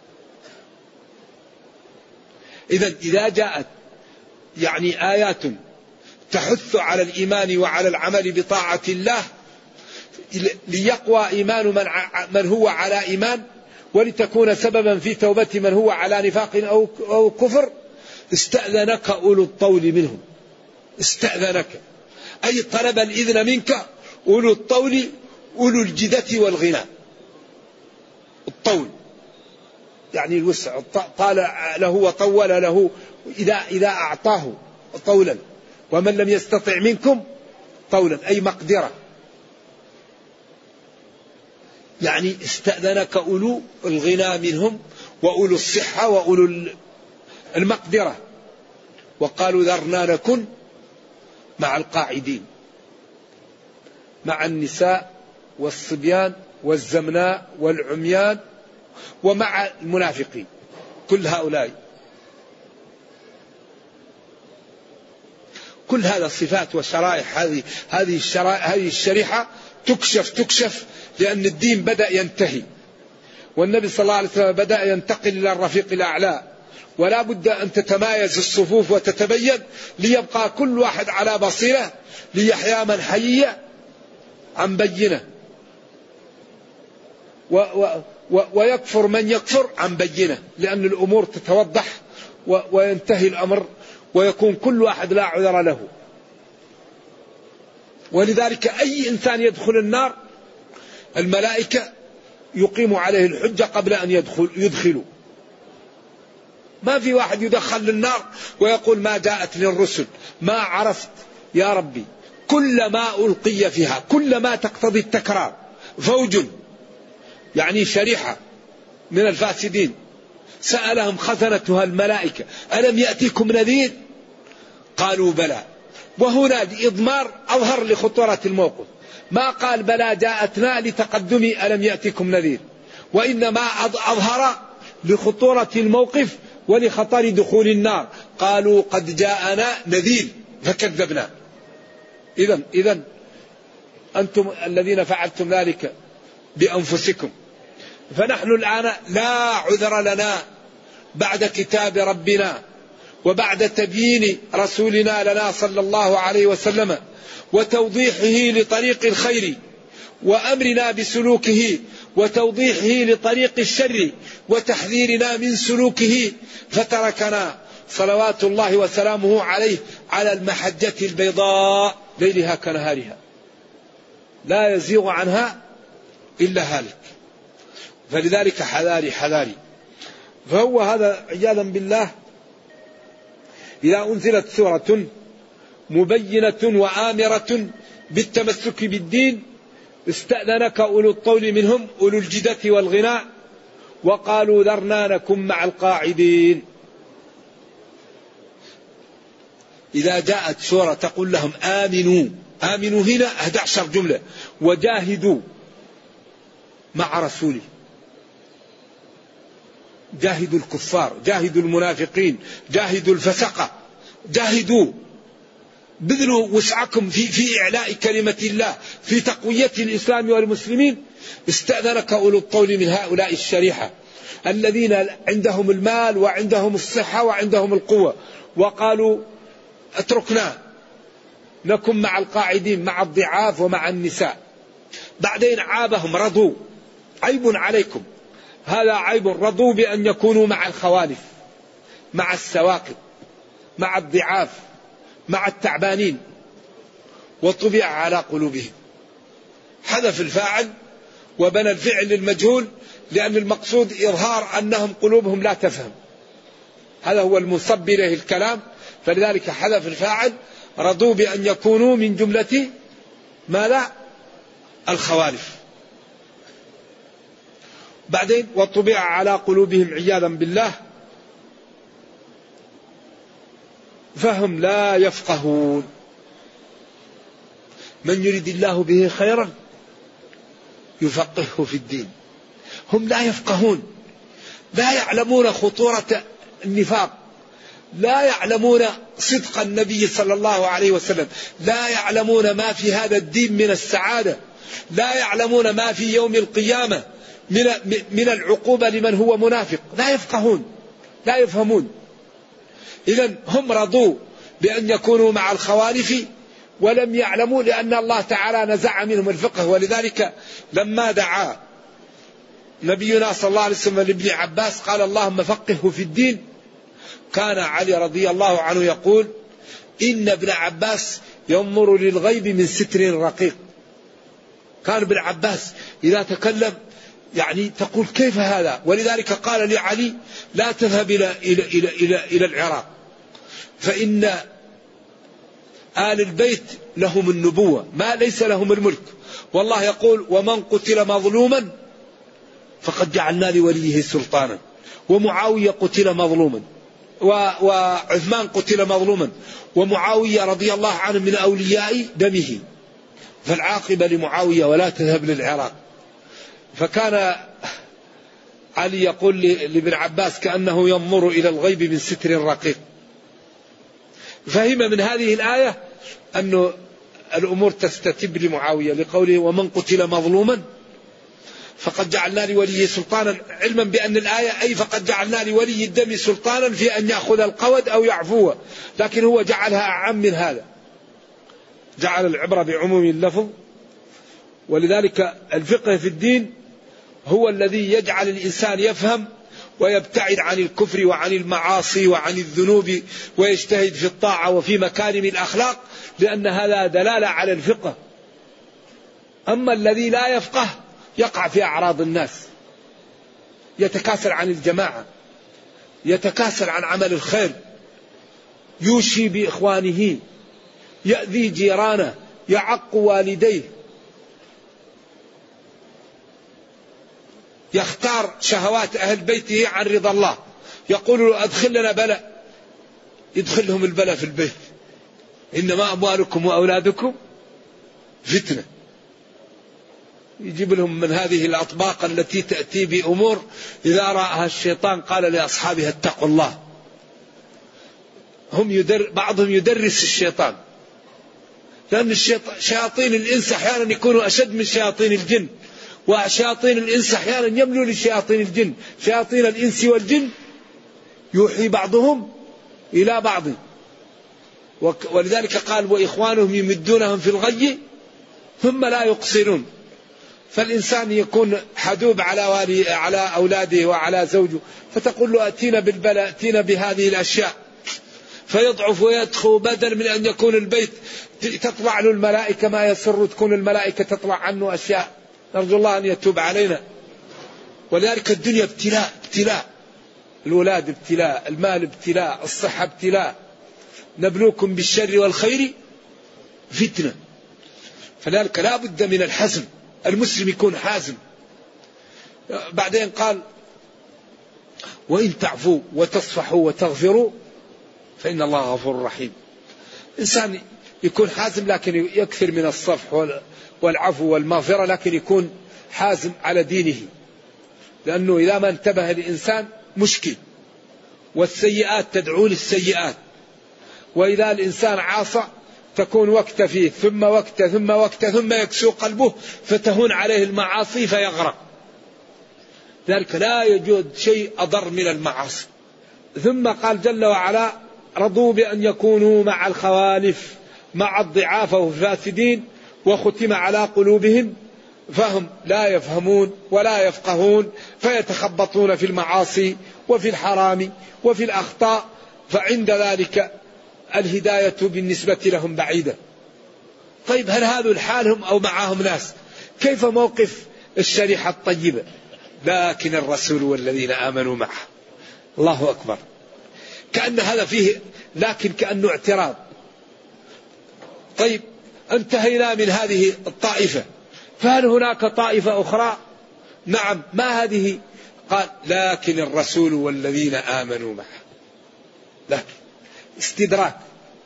إذا إذا جاءت يعني آيات تحث على الإيمان وعلى العمل بطاعة الله ليقوى إيمان من, من هو على إيمان، ولتكون سببا في توبة من هو على نفاق أو, أو كفر، استأذنك أولو الطول منهم. استأذنك أي طلب الإذن منك أولو الطول، أولو الجدة والغنى. الطول يعني الوسع، طال له وطول له إذا, إذا أعطاه طولا. ومن لم يستطع منكم طولا أي مقدرة. يعني استأذنك أولو الغنى منهم وأولو الصحة وأولو المقدرة، وقالوا ذرنا نكن مع القاعدين، مع النساء والصبيان والزمناء والعميان ومع المنافقين. كل هؤلاء كل هذا الصفات والشرائح، هذه هذه الشرائح هذه الشريحة تكشف تكشف لأن الدين بدأ ينتهي، والنبي صلى الله عليه وسلم بدأ ينتقل إلى الرفيق الأعلى، ولا بد أن تتمايز الصفوف وتتبين ليبقى كل واحد على بصيرة، ليحيى من حي عن بينة و و و ويكفر من يكفر عن بينة، لأن الأمور تتوضح وينتهي الأمر ويكون كل واحد لا عذر له. ولذلك أي إنسان يدخل النار الملائكة يقيم عليه الحجة قبل أن يدخل يدخلوا. ما في واحد يدخل للنار ويقول ما جاءتني الرسل، ما عرفت يا ربي. كل ما ألقي فيها، كل ما تقتضي التكرار، فوج يعني شريحة من الفاسدين سألهم خزنتها الملائكة ألم يأتيكم نذير؟ قالوا بلى. وهنا إضمار أظهر لخطورة الموقف، ما قال بلى جاءتنا لتقدم ألم يأتيكم نذير، وإنما أظهر لخطورة الموقف ولخطر دخول النار. قالوا قد جاءنا نذير فكذبنا. إذن إذن أنتم الذين فعلتم ذلك بأنفسكم. فنحن الآن لا عذر لنا بعد كتاب ربنا وبعد تبيين رسولنا لنا صلى الله عليه وسلم وتوضيحه لطريق الخير وأمرنا بسلوكه وتوضيحه لطريق الشر وتحذيرنا من سلوكه، فتركنا صلوات الله وسلامه عليه على المحجة البيضاء ليلها كنهارها لا يزيغ عنها إلا هالك. فلذلك حذاري حذاري. فهو هذا عياذا بالله إذا أنزلت سورة مبينة وآمرة بالتمسك بالدين استأذنك أولو الطول منهم أولو الجدة والغناء وقالوا ذرنا نكن مع القاعدين. إذا جاءت سورة تقول لهم آمنوا، آمنوا هنا أحد عشر جملة، وجاهدوا مع رسوله، جاهدوا الكفار، جاهدوا المنافقين، جاهدوا الفسقة، جاهدوا، بذلوا وسعكم في في إعلاء كلمة الله، في تقوية الإسلام والمسلمين. استأذنك أولو الطول من هؤلاء الشريحة الذين عندهم المال وعندهم الصحة وعندهم القوة، وقالوا اتركنا نكن مع القاعدين، مع الضعاف ومع النساء. بعدين عابهم، رضوا، عيب عليكم، هذا عيب، رضوا بأن يكونوا مع الخوالف، مع السواقط، مع الضعاف، مع التعبانين، وطبع على قلوبهم. حذف الفاعل وبنى الفعل للمجهول لأن المقصود إظهار أنهم قلوبهم لا تفهم، هذا هو المصب إليه الكلام. فلذلك حذف الفاعل، رضوا بأن يكونوا من جملة ما لا الخوالف. بعدين وطبع على قلوبهم عياذا بالله فهم لا يفقهون. من يريد الله به خيرا يفقهه في الدين. هم لا يفقهون، لا يعلمون خطورة النفاق، لا يعلمون صدق النبي صلى الله عليه وسلم، لا يعلمون ما في هذا الدين من السعادة، لا يعلمون ما في يوم القيامة من من العقوبة لمن هو منافق. لا يفقهون، لا يفهمون. إذن هم رضوا بأن يكونوا مع الخوالف ولم يعلموا، لأن الله تعالى نزع منهم الفقه. ولذلك لما دعا نبينا صلى الله عليه وسلم لابن عباس قال اللهم فقهه في الدين، كان علي رضي الله عنه يقول إن ابن عباس ينظر للغيب من ستر رقيق. كان ابن عباس إذا تكلم يعني تقول كيف هذا. ولذلك قال لعلي لا تذهب إلى, إلى, إلى, إلى, إلى العراق فإن آل البيت لهم النبوة ما ليس لهم الملك. والله يقول ومن قتل مظلوما فقد جعلنا لوليه سلطانا. ومعاوية قتل مظلوما وعثمان قتل مظلوما ومعاوية رضي الله عنه من أولياء دمه، فالعاقبة لمعاوية ولا تذهب للعراق. فكان علي يقول لابن عباس كأنه ينظر إلى الغيب من ستر رقيق. فهم من هذه الآية أن الأمور تستتب لمعاوية لقوله ومن قتل مظلوما فقد جعلنا لوليه سلطانا، علما بأن الآية أي فقد جعلنا لولي الدم سلطانا في أن يأخذ القود أو يعفوه، لكن هو جعلها أعم من هذا، جعل العبرة بعموم اللفظ. ولذلك الفقه في الدين هو الذي يجعل الإنسان يفهم ويبتعد عن الكفر وعن المعاصي وعن الذنوب ويجتهد في الطاعة وفي مكارم الأخلاق، لأن هذا دلالة على الفقه. أما الذي لا يفقه يقع في أعراض الناس، يتكاسل عن الجماعة، يتكاسل عن عمل الخير، يوشي بإخوانه، يأذي جيرانه، يعق والديه، يختار شهوات أهل بيته عن رضا الله، يقول له أدخل لنا بلاء، يدخلهم البلاء في البيت. إنما أموالكم وأولادكم فتنة. يجيب لهم من هذه الأطباق التي تأتي بأمور إذا رأها الشيطان قال لأصحابها اتقوا الله. هم يدر بعضهم يدرس الشيطان، لأن شياطين الإنس أحيانا يكونوا أشد من شياطين الجن، وشياطين الإنس أحيانا يملوا لشياطين الجن. شياطين الإنس والجن يوحي بعضهم إلى بعض، ولذلك قال وإخوانهم يمدونهم في الغي ثم لا يقصرون. فالإنسان يكون حدوب على والي على أولاده وعلى زوجه، فتقول له أتينا بالبلاء، أتينا بهذه الأشياء، فيضعف ويدخل، بدل من أن يكون البيت تطلع له الملائكة ما يسر، تكون الملائكة تطلع عنه أشياء. نرجو الله أن يتوب علينا. ولذلك الدنيا ابتلاء ابتلاء، الأولاد ابتلاء، المال ابتلاء، الصحة ابتلاء، نبلوكم بالشر والخير فتنة. فلذلك لا بد من الحزم، المسلم يكون حازم. بعدين قال وإن تعفوا وتصفحوا وتغفروا فإن الله غفور رحيم. إنسان يكون حازم لكن يكثر من الصفح والعفو والمغفرة، لكن يكون حازم على دينه، لأنه إذا ما انتبه الإنسان مشكل، والسيئات تدعو للسيئات، وإذا الإنسان عاصى تكون وقت فيه ثم وقت ثم وقت ثم يكسو قلبه فتهون عليه المعاصي فيغرق. ذلك لا يوجد شيء أضر من المعاصي. ثم قال جل وعلا رضوا بأن يكونوا مع الخوالف مع الضعاف والفاسدين وختم على قلوبهم فهم لا يفهمون ولا يفقهون فيتخبطون في المعاصي وفي الحرام وفي الأخطاء، فعند ذلك الهداية بالنسبة لهم بعيدة. طيب هل هذا الحال هم أو معهم ناس؟ كيف موقف الشريحة الطيبة؟ لكن الرسول والذين آمنوا معه. الله أكبر. كأن هذا فيه لكن كأنه اعتراض. طيب انتهينا من هذه الطائفة، فهل هناك طائفة أخرى؟ نعم. ما هذه؟ قال لكن الرسول والذين آمنوا معه. لكن استدراك،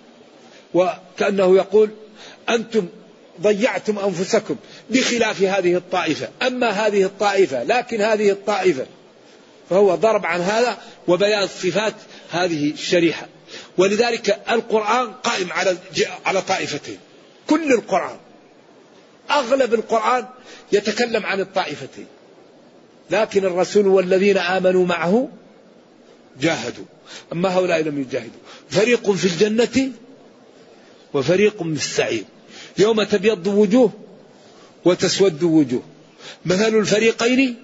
وكأنه يقول أنتم ضيعتم أنفسكم بخلاف هذه الطائفة، أما هذه الطائفة لكن هذه الطائفة، فهو ضرب عن هذا وبيان صفات هذه الشريحة. ولذلك القرآن قائم على على طائفتين، كل القرآن أغلب القرآن يتكلم عن الطائفتين، لكن الرسول والذين آمنوا معه جاهدوا، أما هؤلاء لم يجاهدوا. فريق في الجنة وفريق في السعير، يوم تبيض وجوه وتسود وجوه، مثل الفريقين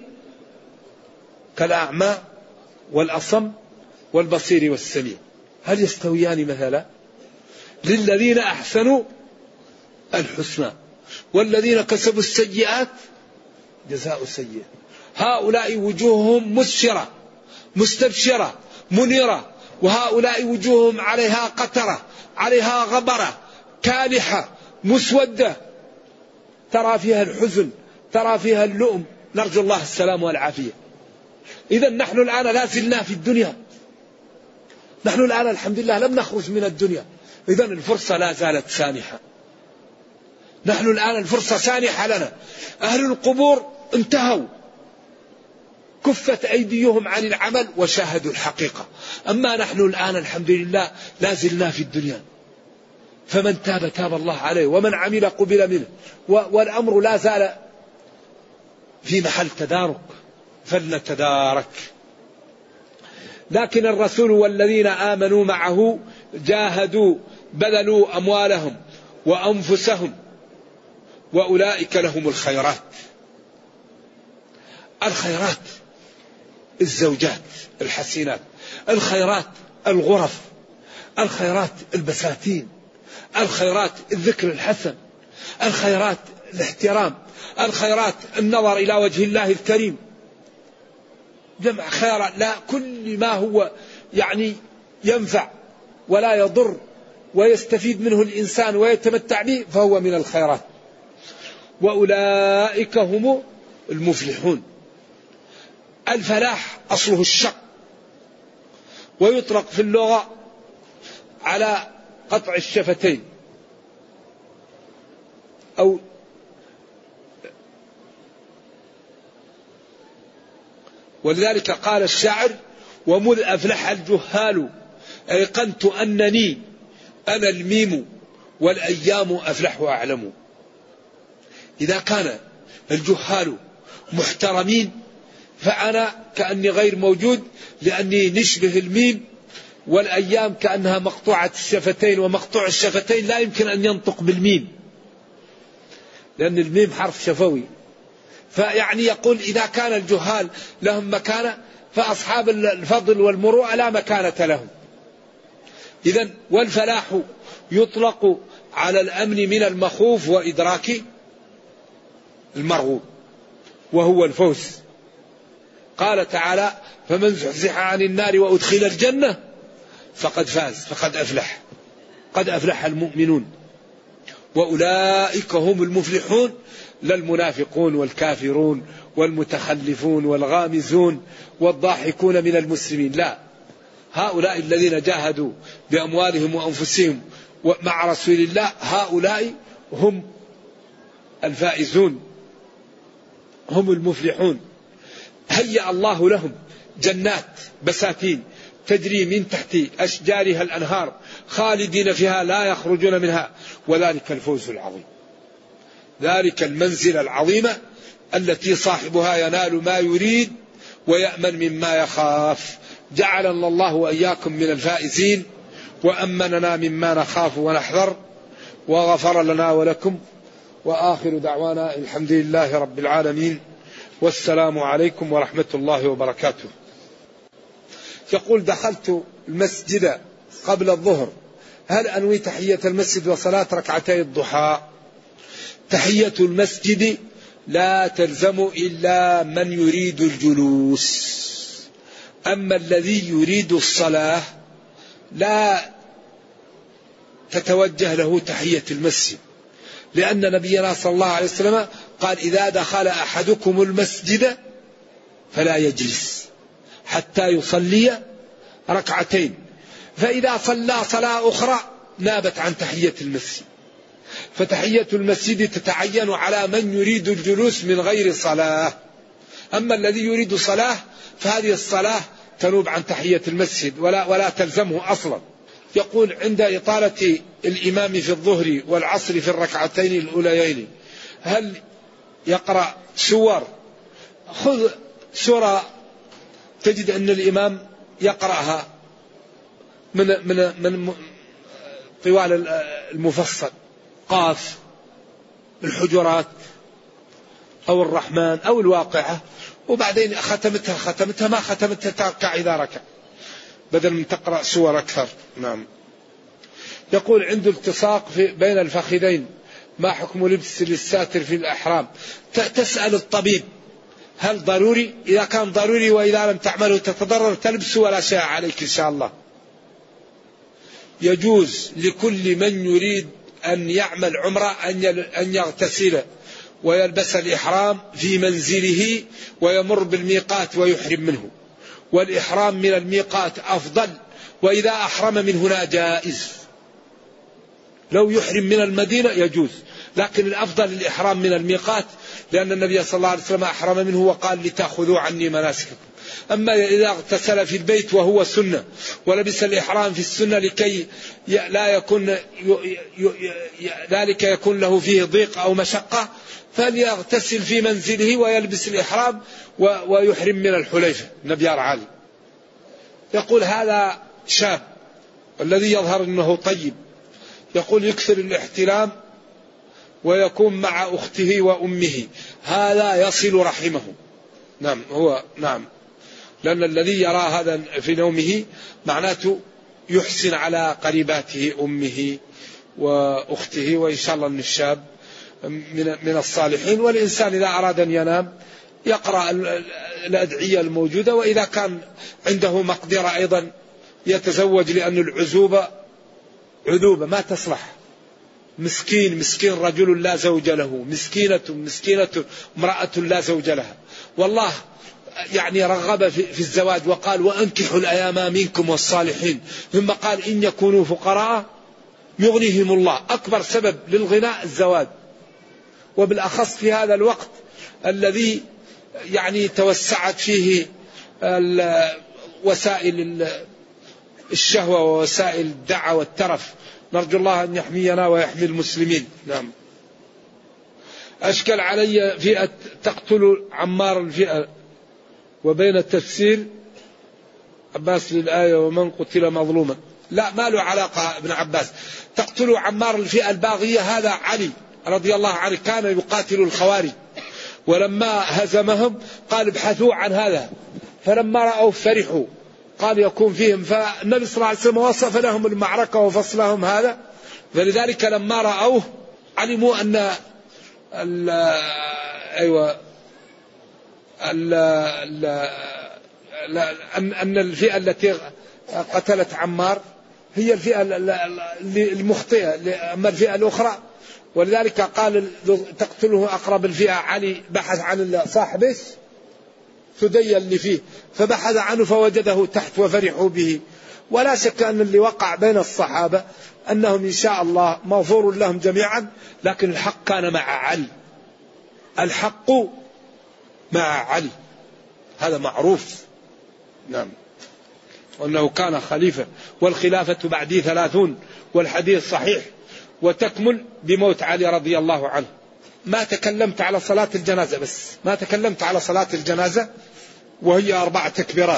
كالأعمى والأصم والبصير والسميع هل يستويان مثلا؟ للذين أحسنوا الحسنى والذين كسبوا السيئات جزاء سيئة. هؤلاء وجوههم مسفرة مستبشرة منيرة، وهؤلاء وجوههم عليها قترة عليها غبرة كالحة مسودة ترى فيها الحزن ترى فيها اللؤم، نرجو الله السلام والعافية. إذا نحن الآن لا زلنا في الدنيا، نحن الآن الحمد لله لم نخرج من الدنيا، إذا الفرصة لا زالت سانحة. نحن الآن الفرصة سانحة لنا. أهل القبور انتهوا، كفت أيديهم عن العمل وشاهدوا الحقيقة، أما نحن الآن الحمد لله لا زلنا في الدنيا. فمن تاب تاب الله عليه ومن عمل قبل منه، والأمر لا زال في محل تدارك، فلنتدارك. لكن الرسول والذين آمنوا معه جاهدوا بذلوا أموالهم وأنفسهم وأولئك لهم الخيرات. الخيرات الزوجات الحسينات، الخيرات الغرف، الخيرات البساتين، الخيرات الذكر الحسن، الخيرات الاحترام، الخيرات النظر إلى وجه الله الكريم، جمع خيرات. لا، كل ما هو يعني ينفع ولا يضر ويستفيد منه الإنسان ويتمتع به فهو من الخيرات. وأولئك هم المفلحون. الفلاح أصله الشق، ويطلق في اللغة على قطع الشفتين أو ولذلك قال الشاعر ومذ أفلح الجهال أيقنت أنني أنا الميم والأيام أفلح وأعلم. إذا كان الجهال محترمين فأنا كأني غير موجود، لأني نشبه الميم، والأيام كأنها مقطوعة الشفتين، ومقطوع الشفتين لا يمكن أن ينطق بالميم لأن الميم حرف شفوي. فيعني يقول إذا كان الجهال لهم مكانة فأصحاب الفضل والمروءة لا مكانة لهم. إذن والفلاح يطلق على الأمن من المخوف وإدراك المرغوب وهو الفوز. قال تعالى فمن زحزح عن النار وأدخل الجنة فقد فاز فقد أفلح. قد أفلح المؤمنون وأولئك هم المفلحون، لا المنافقون والكافرون والمتخلفون والغامزون والضاحكون من المسلمين، لا، هؤلاء الذين جاهدوا بأموالهم وأنفسهم مع رسول الله هؤلاء هم الفائزون، هم المفلحون. هيأ الله لهم جنات بساتين تجري من تحت أشجارها الأنهار خالدين فيها لا يخرجون منها، وذلك الفوز العظيم. ذلك المنزلة العظيمة التي صاحبها ينال ما يريد ويأمن مما يخاف. جعلنا الله وإياكم من الفائزين وأمننا مما نخاف ونحذر وغفر لنا ولكم. وآخر دعوانا الحمد لله رب العالمين والسلام عليكم ورحمة الله وبركاته. يقول دخلت المسجد قبل الظهر، هل أنوي تحية المسجد وصلاة ركعتي الضحى؟ تحية المسجد لا تلزم إلا من يريد الجلوس، أما الذي يريد الصلاة لا تتوجه له تحية المسجد، لأن نبينا صلى الله عليه وسلم قال إذا دخل أحدكم المسجد فلا يجلس حتى يصلي ركعتين، فإذا صلى صلاة أخرى نابت عن تحية المسجد. فتحية المسجد تتعين على من يريد الجلوس من غير صلاة، أما الذي يريد صلاة فهذه الصلاة تنوب عن تحية المسجد ولا, ولا تلزمه أصلا. يقول عند إطالة الإمام في الظهر والعصر في الركعتين الأوليين هل يقرأ سور؟ خذ سورة تجد أن الإمام يقرأها من من من طوال المفصل، قاف، الحجرات أو الرحمن أو الواقعة، وبعدين ختمتها ختمتها ما ختمتها تركع إذا ركع بدل من تقرأ سور أكثر. نعم. يقول عنده التصاق في بين الفخذين، ما حكم لبس للساتر في الأحرام؟ تسأل الطبيب هل ضروري؟ إذا كان ضروري وإذا لم تعمله تتضرر تلبسه ولا شيء عليك إن شاء الله. يجوز لكل من يريد أن يعمل عمرة أن يغتسل ويلبس الإحرام في منزله ويمر بالميقات ويحرم منه، والإحرام من الميقات أفضل، وإذا أحرم من هنا جائز. لو يحرم من المدينة يجوز، لكن الأفضل الإحرام من الميقات، لأن النبي صلى الله عليه وسلم أحرم منه وقال لتأخذوا عني مناسككم. أما إذا اغتسل في البيت وهو سنة ولبس الإحرام في السنة لكي لا يكون ذلك يكون له فيه ضيق أو مشقة، فليغتسل في منزله ويلبس الإحرام ويحرم من الحليفة نبيار علي. يقول هذا شاب الذي يظهر أنه طيب، يقول يكثر الاحتلام ويكون مع أخته وأمه، هذا يصل رحمه. نعم هو نعم، لأن الذي يرى هذا في نومه معناته يحسن على قريباته أمه وأخته، وإن شاء الله أن الشاب من من الصالحين. والإنسان إذا أراد أن ينام يقرأ الأدعية الموجودة، وإذا كان عنده مقدرة أيضا يتزوج، لأن العزوبة عذوبة ما تصلح. مسكين مسكين رجل لا زوج له، مسكينة مسكينة امرأة لا زوج لها. والله يعني رغب في الزواج وقال وأنكحوا الأيام منكم والصالحين، ثم قال إن يكونوا فقراء يغنيهم الله. أكبر سبب للغناء الزواج، وبالأخص في هذا الوقت الذي يعني توسعت فيه وسائل الشهوة ووسائل الدعة والترف. نرجو الله أن يحمينا ويحمي المسلمين. نعم. أشكل علي فئة تقتل عمار الفئة وبين التفسير عباس للآية ومن قتل مظلوما. لا، ما له علاقة ابن عباس. تقتل عمار الفئة الباغية هذا علي رضي الله عنه كان يقاتل الخوارج، ولما هزمهم قال ابحثوا عن هذا، فلما رأوا فرحوا قال يكون فيهم. فالنبي صلى الله عليه وسلم وصف لهم المعركة وفصلهم هذا، فلذلك لما رأوه علموا أن ال أيوة ال ال أن الفئة التي قتلت عمار هي الفئة المخطئة، أما الفئة الأخرى. ولذلك قال تقتله أقرب الفئة. علي بحث عن صاحبه ثدي اللي فيه، فبحث عنه فوجده تحت وفرحوا به. ولا شك أن اللي وقع بين الصحابة أنهم إن شاء الله مغفور لهم جميعا، لكن الحق كان مع علي، الحق مع علي، هذا معروف. نعم. وأنه كان خليفة، والخلافة بعدي ثلاثون، والحديث صحيح، وتكمل بموت علي رضي الله عنه. ما تكلمت على صلاة الجنازة، بس ما تكلمت على صلاة الجنازة وهي أربع تكبيرات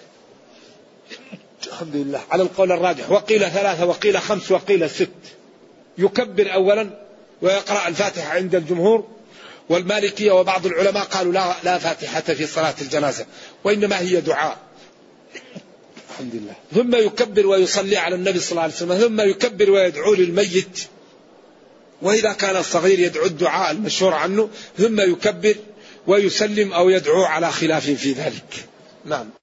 الحمد لله على القول الراجح، وقيل ثلاثة وقيل خمس وقيل ست. يكبر أولا ويقرأ الفاتحة عند الجمهور، والمالكية وبعض العلماء قالوا لا, لا فاتحة في صلاة الجنازة، وإنما هي دعاء الحمد لله. ثم يكبر ويصلي على النبي صلى الله عليه وسلم، ثم يكبر ويدعو للميت، وإذا كان الصغير يدعو الدعاء المشهور عنه، ثم يكبر ويسلم أو يدعو على خلاف في ذلك. نعم.